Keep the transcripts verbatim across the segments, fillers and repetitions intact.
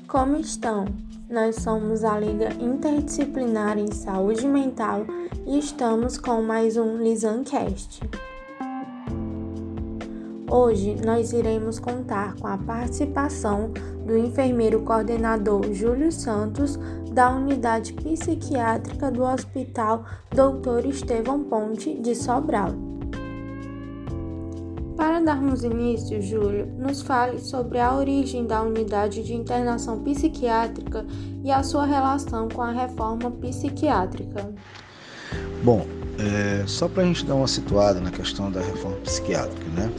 Como estão? Nós somos a Liga Interdisciplinar em Saúde Mental e estamos com mais um LisanCast. Hoje nós iremos contar com a participação do enfermeiro coordenador Júlio Santos, da Unidade Psiquiátrica do Hospital doutor Estevão Ponte de Sobral. Para darmos início, Júlio, nos fale sobre a origem da Unidade de Internação Psiquiátrica e a sua relação com a reforma psiquiátrica. Bom, é, só para a gente dar uma situada na questão da reforma psiquiátrica, né?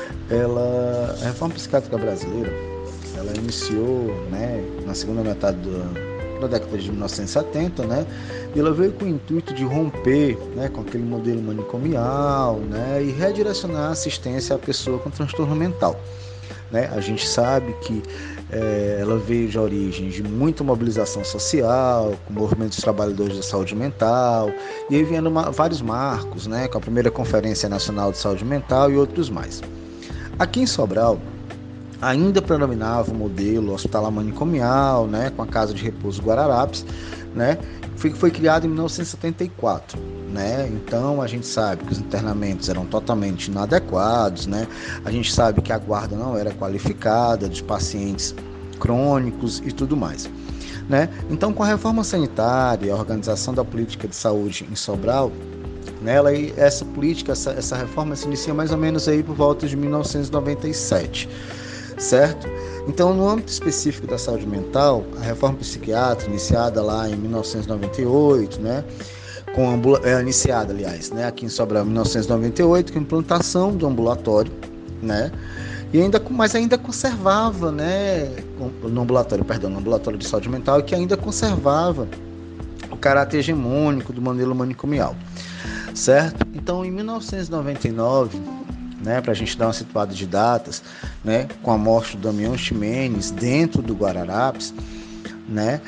Ela, a reforma psiquiátrica brasileira, ela iniciou, né, na segunda metade do da década de mil novecentos e setenta, né? E ela veio com o intuito de romper, né, com aquele modelo manicomial, né, e redirecionar a assistência à pessoa com transtorno mental. Né? A gente sabe que é, ela veio de origem de muita mobilização social, com o movimento dos trabalhadores da saúde mental, e aí vendo uma, vários marcos, né, com a primeira Conferência Nacional de Saúde Mental e outros mais. Aqui em Sobral, ainda predominava o modelo hospitalar manicomial, né, com a Casa de Repouso Guararapes, né, foi, foi criado em mil novecentos e setenta e quatro. Né? Então a gente sabe que os internamentos eram totalmente inadequados, né? A gente sabe que a guarda não era qualificada dos pacientes crônicos e tudo mais. Né? Então, com a reforma sanitária e a organização da política de saúde em Sobral, né, ela, essa política, essa, essa reforma se inicia mais ou menos aí por volta de mil novecentos e noventa e sete. Certo? Então, no âmbito específico da saúde mental, a reforma psiquiátrica, iniciada lá em mil novecentos e noventa e oito, né, com ambula- é, iniciada, aliás, né, aqui em Sobral, em mil novecentos e noventa e oito, com a implantação do ambulatório, né, e ainda, mas ainda conservava, né, no ambulatório, perdão, no ambulatório de saúde mental, que ainda conservava o caráter hegemônico do modelo manicomial, certo? Então, em mil novecentos e noventa e nove, né, para a gente dar uma situada de datas, né, com a morte do Damião Ximenes dentro do Guararapes, né,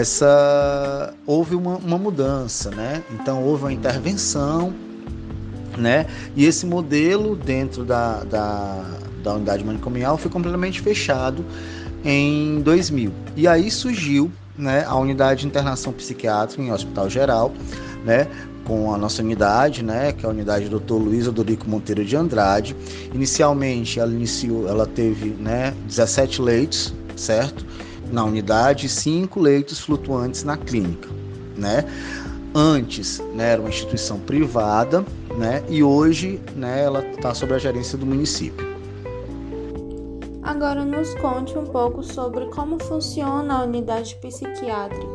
essa, houve uma, uma mudança, né, então houve uma intervenção, né, e esse modelo dentro da, da, da unidade manicomial foi completamente fechado em dois mil, e aí surgiu, né, a unidade de internação psiquiátrica em Hospital Geral, né, com a nossa unidade, né, que é a unidade doutor Luiz Odorico Monteiro de Andrade. Inicialmente ela iniciou, ela teve, né, dezessete leitos, certo? Na unidade, cinco leitos flutuantes na clínica, né? Antes, né, era uma instituição privada, né, e hoje, né, ela está sob a gerência do município. Agora nos conte um pouco sobre como funciona a unidade psiquiátrica.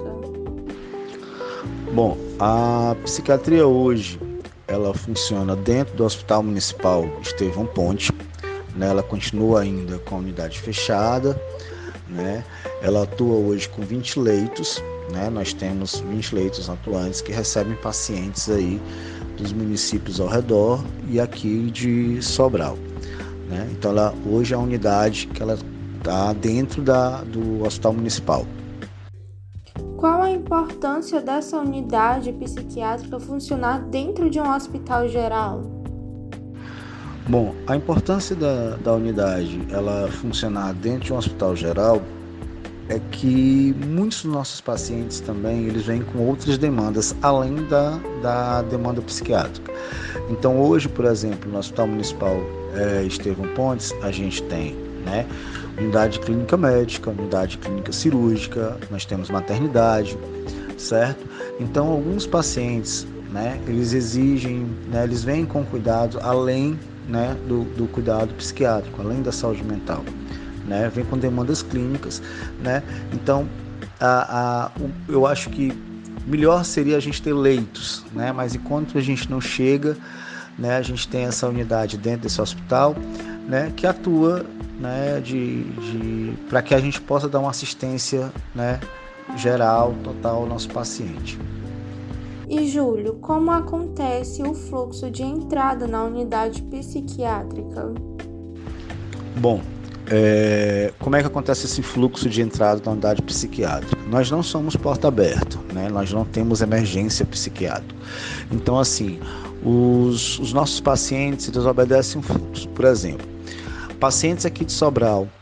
Bom, a psiquiatria hoje, ela funciona dentro do Hospital Municipal Estevão Ponte, né? Ela continua ainda com a unidade fechada, né? Ela atua hoje com vinte leitos, né? Nós temos vinte leitos atuantes que recebem pacientes aí dos municípios ao redor e aqui de Sobral, né? Então, ela, hoje é a unidade que ela está dentro da, do Hospital Municipal. Qual a importância dessa unidade psiquiátrica funcionar dentro de um hospital geral? Bom, a importância da, da unidade ela funcionar dentro de um hospital geral é que muitos dos nossos pacientes também eles vêm com outras demandas além da, da demanda psiquiátrica. Então hoje, por exemplo, no Hospital Municipal é, Estevão Pontes, a gente tem, né, unidade clínica médica, unidade clínica cirúrgica, nós temos maternidade, certo? Então, alguns pacientes, né, eles exigem, né, eles vêm com cuidado além, né, do, do cuidado psiquiátrico, além da saúde mental, né, vem com demandas clínicas, né? Então, a, a, o, eu acho que melhor seria a gente ter leitos, né, mas enquanto a gente não chega, né, a gente tem essa unidade dentro desse hospital, né, que atua, né, de, de, para que a gente possa dar uma assistência, né, geral, total ao nosso paciente. E Júlio, como acontece o fluxo de entrada na unidade psiquiátrica? Bom, é, como é que acontece esse fluxo de entrada na unidade psiquiátrica? Nós não somos porta aberta, né, nós não temos emergência psiquiátrica. Então, assim, os, os nossos pacientes eles obedecem um fluxo. Por exemplo, pacientes aqui de Sobral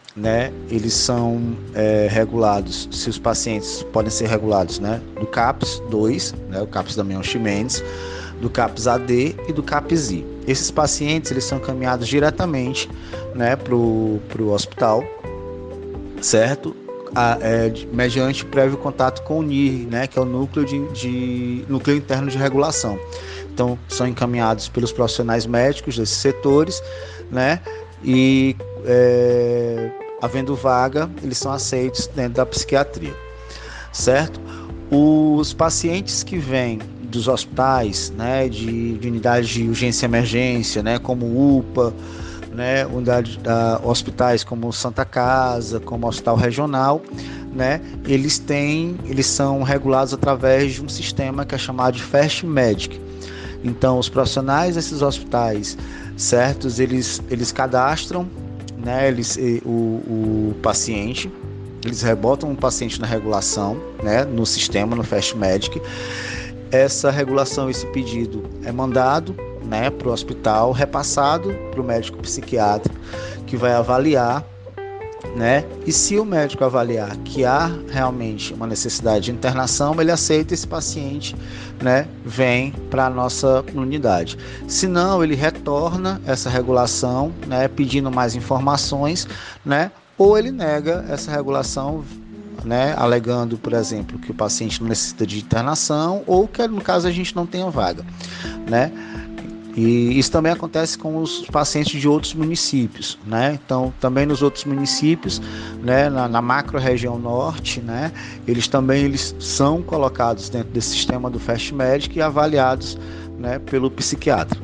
né, eles são é, regulados, se os pacientes podem ser regulados, né, do CAPS dois, né, o CAPS Damião Ximenes, do CAPS A D e do CAPS I. Esses pacientes eles são encaminhados diretamente, né, para o hospital, certo? A, é, mediante prévio contato com o N I R, né, que é o núcleo, de, de, núcleo interno de regulação. Então, são encaminhados pelos profissionais médicos desses setores, né, e é, havendo vaga, eles são aceitos dentro da psiquiatria, certo? Os pacientes que vêm dos hospitais, né, de, de unidades de urgência e emergência, né, como U P A, né, unidade, uh, hospitais como Santa Casa, como Hospital Regional, né, eles têm, eles são regulados através de um sistema que é chamado de Fast Medic. Então, os profissionais desses hospitais, certos, eles, eles cadastram, né, eles, o, o paciente, eles rebotam o paciente na regulação, né, no sistema, no Fast Medic. Essa regulação, esse pedido é mandado, né, para o hospital, repassado para o médico psiquiatra, que vai avaliar, né, e se o médico avaliar que há realmente uma necessidade de internação, ele aceita esse paciente, né, vem para a nossa unidade. Se não, ele retorna essa regulação, né, pedindo mais informações, né, ou ele nega essa regulação, né, alegando, por exemplo, que o paciente não necessita de internação ou que, no caso, a gente não tenha vaga, né? E isso também acontece com os pacientes de outros municípios, né? Então, também nos outros municípios, né, na, na macro-região norte, né, eles também eles são colocados dentro desse sistema do Fast Medic e avaliados, né, pelo psiquiatra.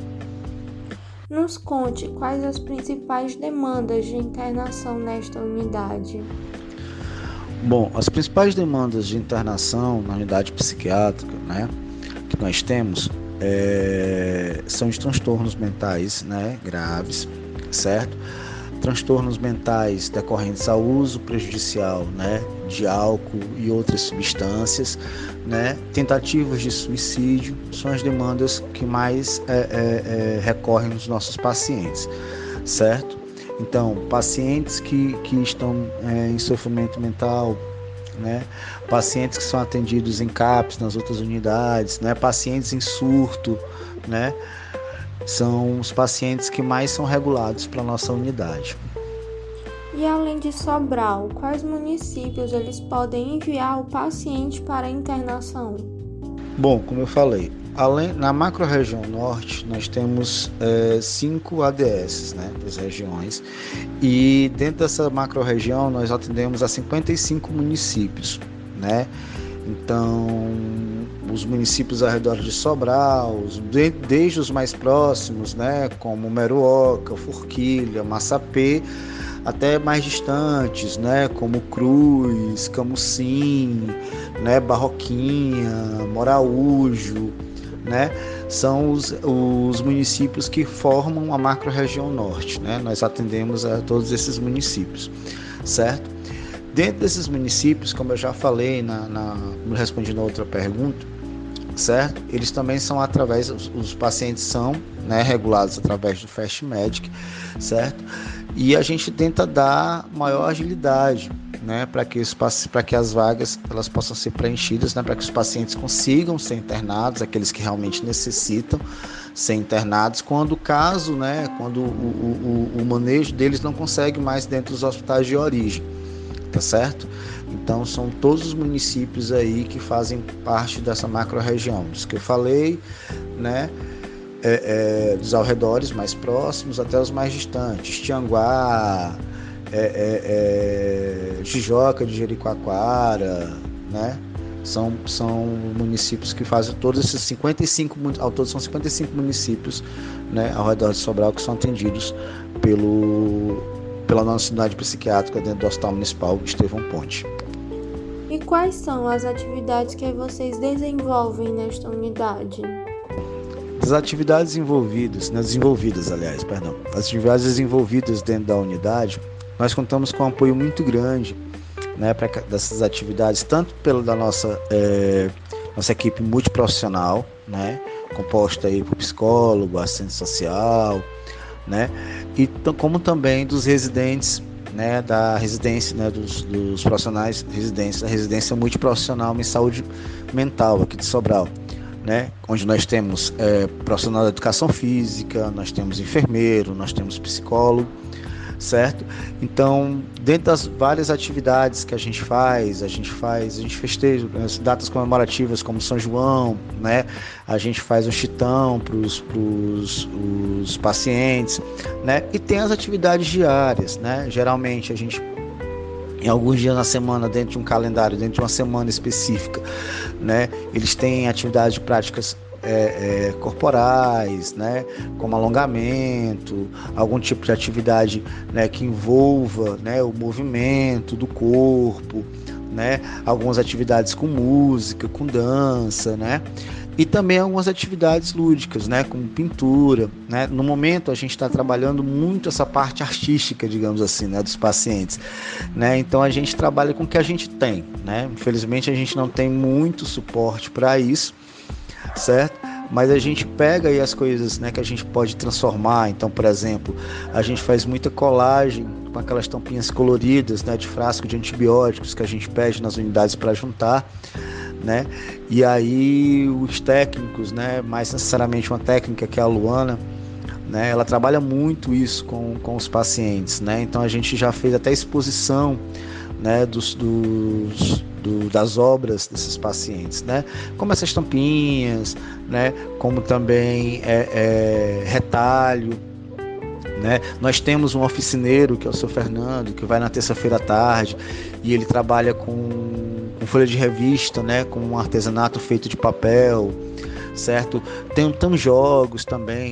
Nos conte quais as principais demandas de internação nesta unidade. Bom, as principais demandas de internação na unidade psiquiátrica, né, que nós temos é, são os transtornos mentais, né, graves, certo? Transtornos mentais decorrentes ao uso prejudicial, né, de álcool e outras substâncias, né, tentativas de suicídio são as demandas que mais é, é, é, recorrem nos nossos pacientes, certo? Então, pacientes que, que estão é, em sofrimento mental, né? Pacientes que são atendidos em CAPS, nas outras unidades, né? Pacientes em surto, né? São os pacientes que mais são regulados para a nossa unidade. E além de Sobral, quais municípios eles podem enviar o paciente para a internação? Bom, como eu falei, além, na macro-região norte, nós temos é, cinco A D S, né, das regiões, e dentro dessa macro-região nós atendemos a cinquenta e cinco municípios, né? Então, os municípios ao redor de Sobral, de, desde os mais próximos, né, como Meruoca, Forquilha, Massapê, até mais distantes, né, como Cruz, Camusim, né, Barroquinha, Moraújo, né, são os, os municípios que formam a macro-região norte, né? Nós atendemos a todos esses municípios, certo? Dentro desses municípios, como eu já falei, na, na, respondendo a outra pergunta, certo? Eles também são através, os, os pacientes são, né, regulados através do Fast Medic, certo? E a gente tenta dar maior agilidade, né, para que, para que as vagas elas possam ser preenchidas, né, para que os pacientes consigam ser internados, aqueles que realmente necessitam ser internados, quando o caso, né, quando o, o, o manejo deles não consegue mais dentro dos hospitais de origem, tá certo? Então são todos os municípios aí que fazem parte dessa macro-região, dos que eu falei, né, é, é, dos arredores mais próximos até os mais distantes, Tianguá, É, é, é, Tijoca de Jericoacoara, né? São, são municípios que fazem todos esses cinquenta e cinco, ao todo são cinquenta e cinco municípios, né, ao redor de Sobral que são atendidos pelo, pela nossa unidade psiquiátrica dentro do Hospital Municipal Estevão Ponte. E quais são as atividades que vocês desenvolvem nesta unidade? As atividades envolvidas, né, desenvolvidas, aliás, perdão, as atividades desenvolvidas dentro da unidade, nós contamos com um apoio muito grande, né, para dessas atividades, tanto pela da nossa, é, nossa equipe multiprofissional, né, composta aí por psicólogo, assistente social, né, e como também dos residentes, né, da residência, né, dos, dos profissionais residentes, da residência multiprofissional em saúde mental aqui de Sobral, né, onde nós temos é, profissional da educação física, nós temos enfermeiro, nós temos psicólogo, certo? Então, dentro das várias atividades que a gente faz, a gente faz, a gente festeja as datas comemorativas como São João, né? A gente faz um chitão para os pacientes, né? E tem as atividades diárias, né? Geralmente a gente, em alguns dias na semana, dentro de um calendário, dentro de uma semana específica, né? Eles têm atividades práticas É, é, corporais, né, como alongamento, algum tipo de atividade, né, que envolva, né, o movimento do corpo, né, algumas atividades com música, com dança, né, e também algumas atividades lúdicas, né, como pintura, né. No momento a gente está trabalhando muito essa parte artística, digamos assim, né, dos pacientes, né. Então a gente trabalha com o que a gente tem, né. Infelizmente a gente não tem muito suporte para isso, certo? Mas a gente pega aí as coisas, né, que a gente pode transformar. Então, por exemplo, a gente faz muita colagem com aquelas tampinhas coloridas, né, de frasco de antibióticos que a gente pede nas unidades para juntar, né? E aí os técnicos, né, mais necessariamente uma técnica que é a Luana, né, ela trabalha muito isso com, com os pacientes, né? Então a gente já fez até exposição, né, dos, dos Do, das obras desses pacientes, né? Como essas tampinhas, né? Como também é, é, retalho, né? Nós temos um oficineiro que é o seu Fernando, que vai na terça-feira à tarde e ele trabalha com, com folha de revista, né? Com um artesanato feito de papel, certo? Tem, tem jogos também,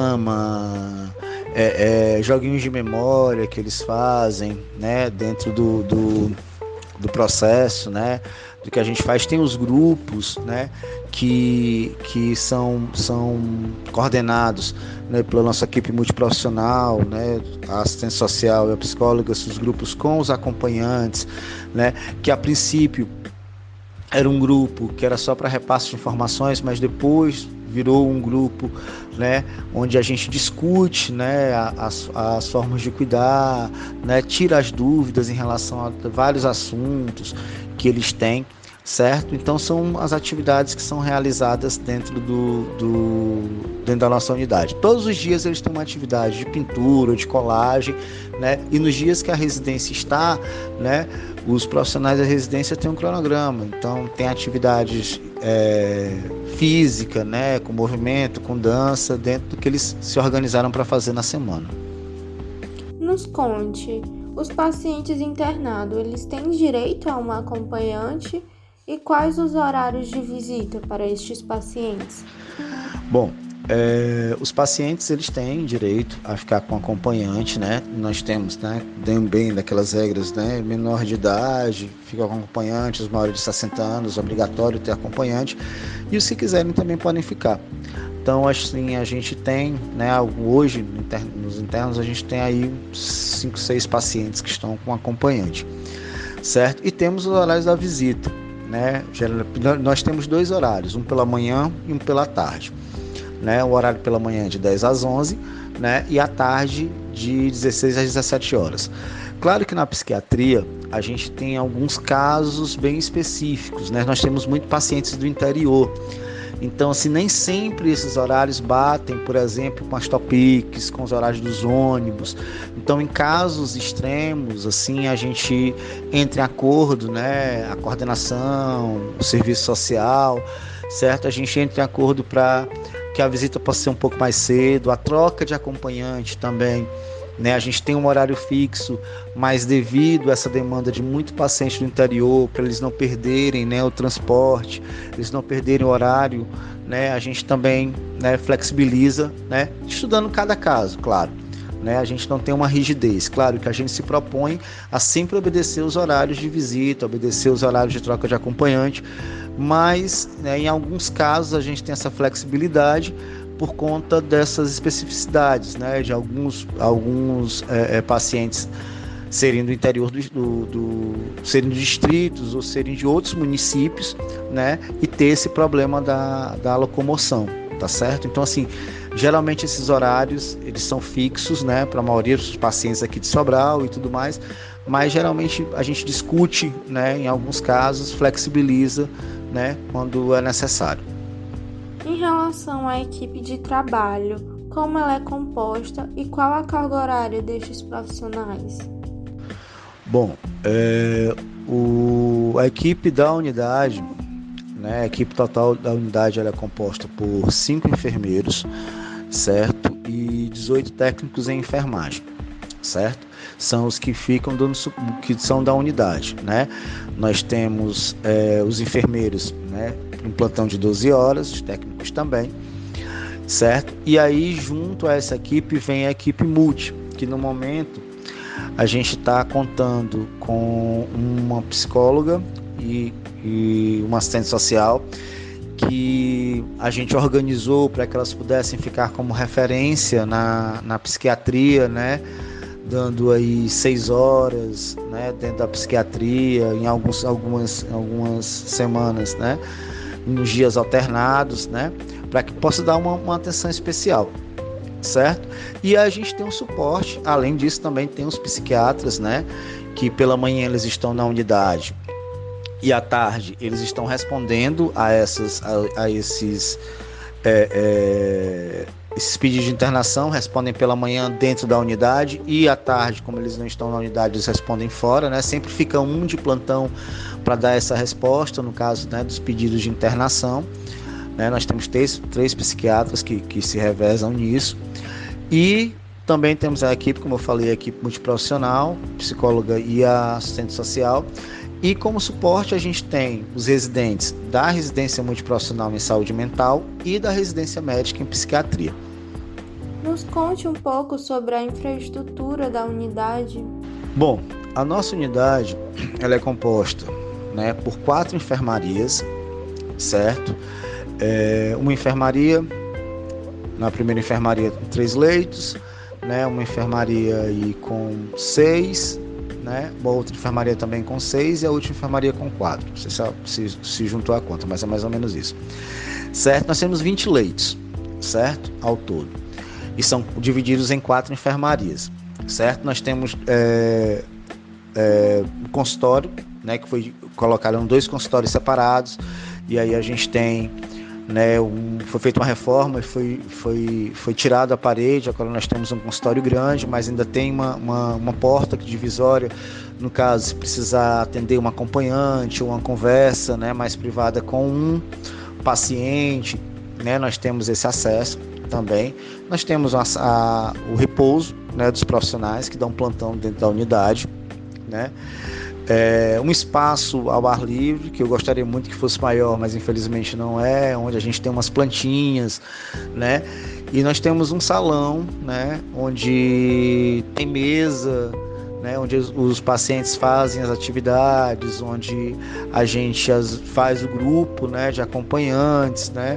dama, é, é, joguinhos de memória que eles fazem, né? Dentro do, do do processo, né, do que a gente faz. Tem os grupos, né, que, que são, são coordenados, né, pela nossa equipe multiprofissional, né, a assistência social e a psicóloga, os grupos com os acompanhantes, né, que a princípio era um grupo que era só para repasse de informações, mas depois virou um grupo, né, onde a gente discute, né, as, as formas de cuidar, né, tira as dúvidas em relação a vários assuntos que eles têm, certo? Então são as atividades que são realizadas dentro, do, do, dentro da nossa unidade. Todos os dias eles têm uma atividade de pintura, de colagem, né, e nos dias que a residência está, né, os profissionais da residência têm um cronograma, então tem atividades é, física, né, com movimento, com dança, dentro do que eles se organizaram para fazer na semana. Nos conte, os pacientes internados, eles têm direito a uma acompanhante e quais os horários de visita para estes pacientes? Bom, É, os pacientes eles têm direito a ficar com acompanhante, né? Nós temos, né, bem daquelas regras, né? Menor de idade, fica com acompanhante, os maiores de sessenta anos, obrigatório ter acompanhante, e os que quiserem também podem ficar. Então, assim, a gente tem, né, hoje nos internos a gente tem aí cinco, seis pacientes que estão com acompanhante, certo? E temos os horários da visita, né? Nós temos dois horários, um pela manhã e um pela tarde. Né, o horário pela manhã é de dez às onze, né, e à tarde de dezesseis às dezessete horas. Claro que na psiquiatria a gente tem alguns casos bem específicos, né? Nós temos muitos pacientes do interior, então assim, nem sempre esses horários batem, por exemplo, com as topics, com os horários dos ônibus. Então, em casos extremos, assim, a gente entra em acordo, né, a coordenação, o serviço social, certo? A gente entra em acordo para que a visita possa ser um pouco mais cedo, a troca de acompanhante também, né? A gente tem um horário fixo, mas devido a essa demanda de muito paciente do interior, para eles não perderem, né, o transporte, eles não perderem o horário, né, a gente também, né, flexibiliza, né, estudando cada caso, claro. Né, a gente não tem uma rigidez, claro que a gente se propõe a sempre obedecer os horários de visita, obedecer os horários de troca de acompanhante, mas, né, em alguns casos a gente tem essa flexibilidade por conta dessas especificidades, né, de alguns, alguns é, é, pacientes serem do interior do, do, do serem de distritos ou serem de outros municípios, né, e ter esse problema da, da locomoção, tá certo? Então, assim, Geralmente esses horários eles são fixos, né, para a maioria dos pacientes aqui de Sobral e tudo mais, mas geralmente a gente discute, né, em alguns casos flexibiliza, né, quando é necessário. Em relação à equipe de trabalho, como ela é composta e qual a carga horária destes profissionais? Bom, é, o, a equipe da unidade, né, a equipe total da unidade ela é composta por cinco enfermeiros, certo? E dezoito técnicos em enfermagem, certo? São os que ficam dando, que são da unidade, né? Nós temos é, os enfermeiros, né, um plantão de doze horas, os técnicos também, certo? E aí junto a essa equipe vem a equipe multi, que no momento a gente está contando com uma psicóloga e, e uma assistente social que a gente organizou para que elas pudessem ficar como referência na, na psiquiatria, né? Dando aí seis horas, né? Dentro da psiquiatria, em alguns, algumas, algumas semanas, né? Nos dias alternados, né? Para que possa dar uma, uma atenção especial, certo? E a gente tem um suporte, além disso também tem os psiquiatras, né? Que pela manhã eles estão na unidade e à tarde eles estão respondendo a, essas, a, a esses, é, é, esses pedidos de internação, respondem pela manhã dentro da unidade e à tarde, como eles não estão na unidade, eles respondem fora, né? Sempre fica um de plantão para dar essa resposta, no caso, né, dos pedidos de internação, né? Nós temos três, três psiquiatras que, que se revezam nisso e também temos a equipe, como eu falei, a equipe multiprofissional, psicóloga e a assistente social. E como suporte a gente tem os residentes da residência multiprofissional em saúde mental e da residência médica em psiquiatria. Nos conte um pouco sobre a infraestrutura da unidade. Bom, a nossa unidade ela é composta, né, por quatro enfermarias, certo? É, uma enfermaria, na primeira enfermaria com três leitos, né, uma enfermaria aí com seis, né? Uma outra enfermaria também com seis e a última enfermaria com quatro. Não sei se, se, se juntou a conta, mas é mais ou menos isso. Certo? Nós temos vinte leitos, certo? Ao todo. E são divididos em quatro enfermarias, certo? Nós temos é, é, um consultório, né? Que foi colocado em dois consultórios separados. E aí a gente tem, né, um, foi feita uma reforma e foi, foi, foi tirado a parede. Agora nós temos um consultório grande, mas ainda tem uma, uma, uma porta divisória, no caso, se precisar atender uma acompanhante ou uma conversa, né, mais privada com um paciente, né, nós temos esse acesso também. Nós temos a, a, o repouso, né, dos profissionais que dão plantão dentro da unidade, né. É um espaço ao ar livre, que eu gostaria muito que fosse maior, mas infelizmente não é, onde a gente tem umas plantinhas, né? E nós temos um salão, né, onde tem mesa, né, onde os pacientes fazem as atividades, onde a gente as, faz o grupo, né, de acompanhantes, né,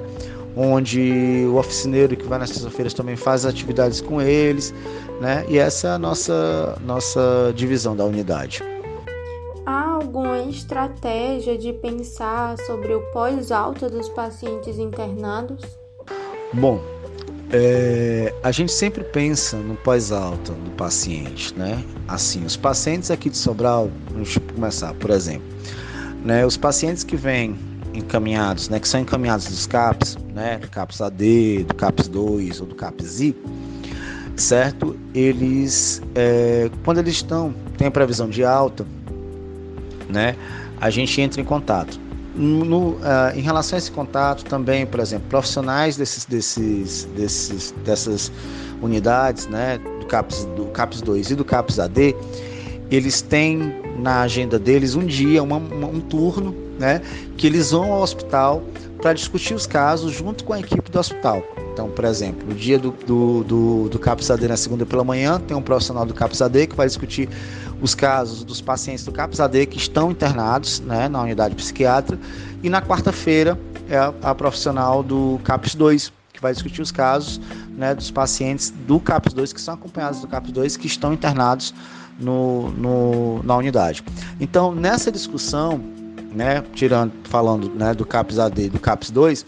onde o oficineiro que vai nas terças-feiras também faz as atividades com eles, né? E essa é a nossa, nossa divisão da unidade. Há alguma estratégia de pensar sobre o pós-alta dos pacientes internados? Bom, é, a gente sempre pensa no pós-alta do paciente, né? Assim, os pacientes aqui de Sobral, vamos começar, por exemplo, né? Os pacientes que vêm encaminhados, né? Que são encaminhados dos CAPS, né? Do CAPS A D, do CAPS dois ou do CAPS I, certo? Eles, é, quando eles estão, tem a previsão de alta, né, a gente entra em contato. No, uh, em relação a esse contato também, por exemplo, profissionais desses, desses, desses, dessas unidades, né, do CAPS, do CAPS dois e do CAPS A D, eles têm na agenda deles um dia, uma, uma, um turno, né, que eles vão ao hospital para discutir os casos junto com a equipe do hospital. Então, por exemplo, no dia do, do, do, do CAPS A D na segunda pela manhã, tem um profissional do CAPS A D que vai discutir os casos dos pacientes do CAPS A D que estão internados, né, na unidade psiquiátrica, e na quarta-feira é a, a profissional do CAPS dois, que vai discutir os casos, né, dos pacientes do CAPS dois, que são acompanhados do CAPS dois, que estão internados no, no, na unidade. Então, nessa discussão, né, tirando, falando, né, do CAPS A D e do CAPS dois,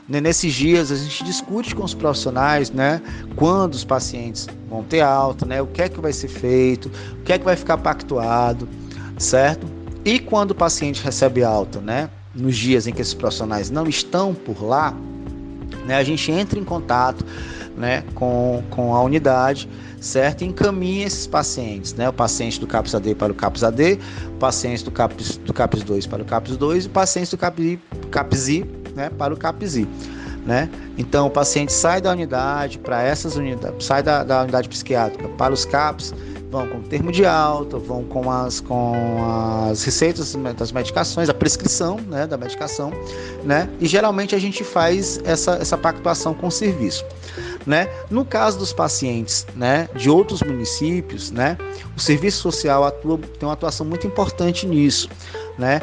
Nesses dias a gente discute com os profissionais, né, quando os pacientes vão ter alta, né, o que é que vai ser feito, o que é que vai ficar pactuado, certo? E quando o paciente recebe alta, né, nos dias em que esses profissionais não estão por lá, né, a gente entra em contato, né, com, com a unidade, certo? E encaminha esses pacientes, né, o paciente do CAPS A D para o CAPS A D, o paciente do CAPS, do CAPS dois para o CAPS dois e o paciente do CAPS, CAPS I, né, para o CAPS I, né? Então o paciente sai da unidade para essas unidades, sai da, da unidade psiquiátrica para os CAPS, vão com o termo de alta, vão com as, com as receitas das medicações, a prescrição, né, da medicação, né? E geralmente a gente faz essa, essa pactuação com o serviço, né? No caso dos pacientes, né, de outros municípios, né, o serviço social atua, tem uma atuação muito importante nisso, né?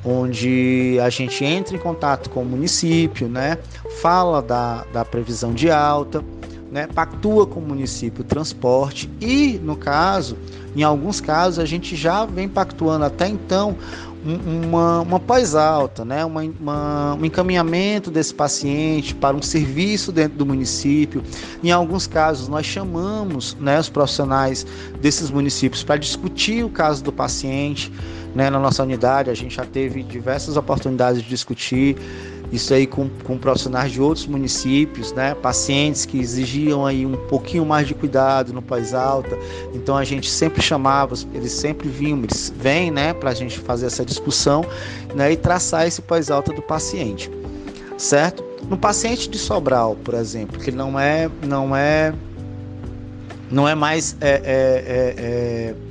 Onde a gente entra em contato com o município, né, fala da, da previsão de alta, né, pactua com o município o transporte e, no caso, em alguns casos, a gente já vem pactuando até então um, uma, uma pós-alta, né, uma, uma, um encaminhamento desse paciente para um serviço dentro do município. Em alguns casos, nós chamamos, né, os profissionais desses municípios para discutir o caso do paciente, né, na nossa unidade. A gente já teve diversas oportunidades de discutir isso aí com, com profissionais de outros municípios, né? Pacientes que exigiam aí um pouquinho mais de cuidado no pós-alta. Então a gente sempre chamava, eles sempre vinham, eles vêm, né, para a gente fazer essa discussão, né, e traçar esse pós-alta do paciente, certo? No paciente de Sobral, por exemplo, que não é, não é, não é mais é, é, é, é,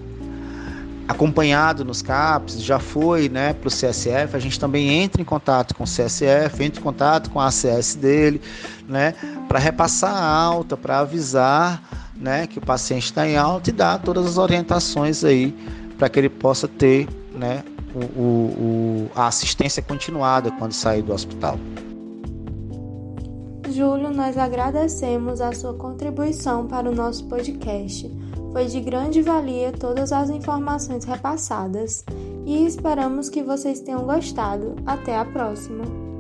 acompanhado nos CAPS, já foi, né, para o C S F, a gente também entra em contato com o C S F, entra em contato com a A C S dele, né, para repassar a alta, para avisar, né, que o paciente está em alta e dar todas as orientações aí para que ele possa ter, né, o, o, a assistência continuada quando sair do hospital. Júlio, nós agradecemos a sua contribuição para o nosso podcast. Foi de grande valia todas as informações repassadas e esperamos que vocês tenham gostado. Até a próxima!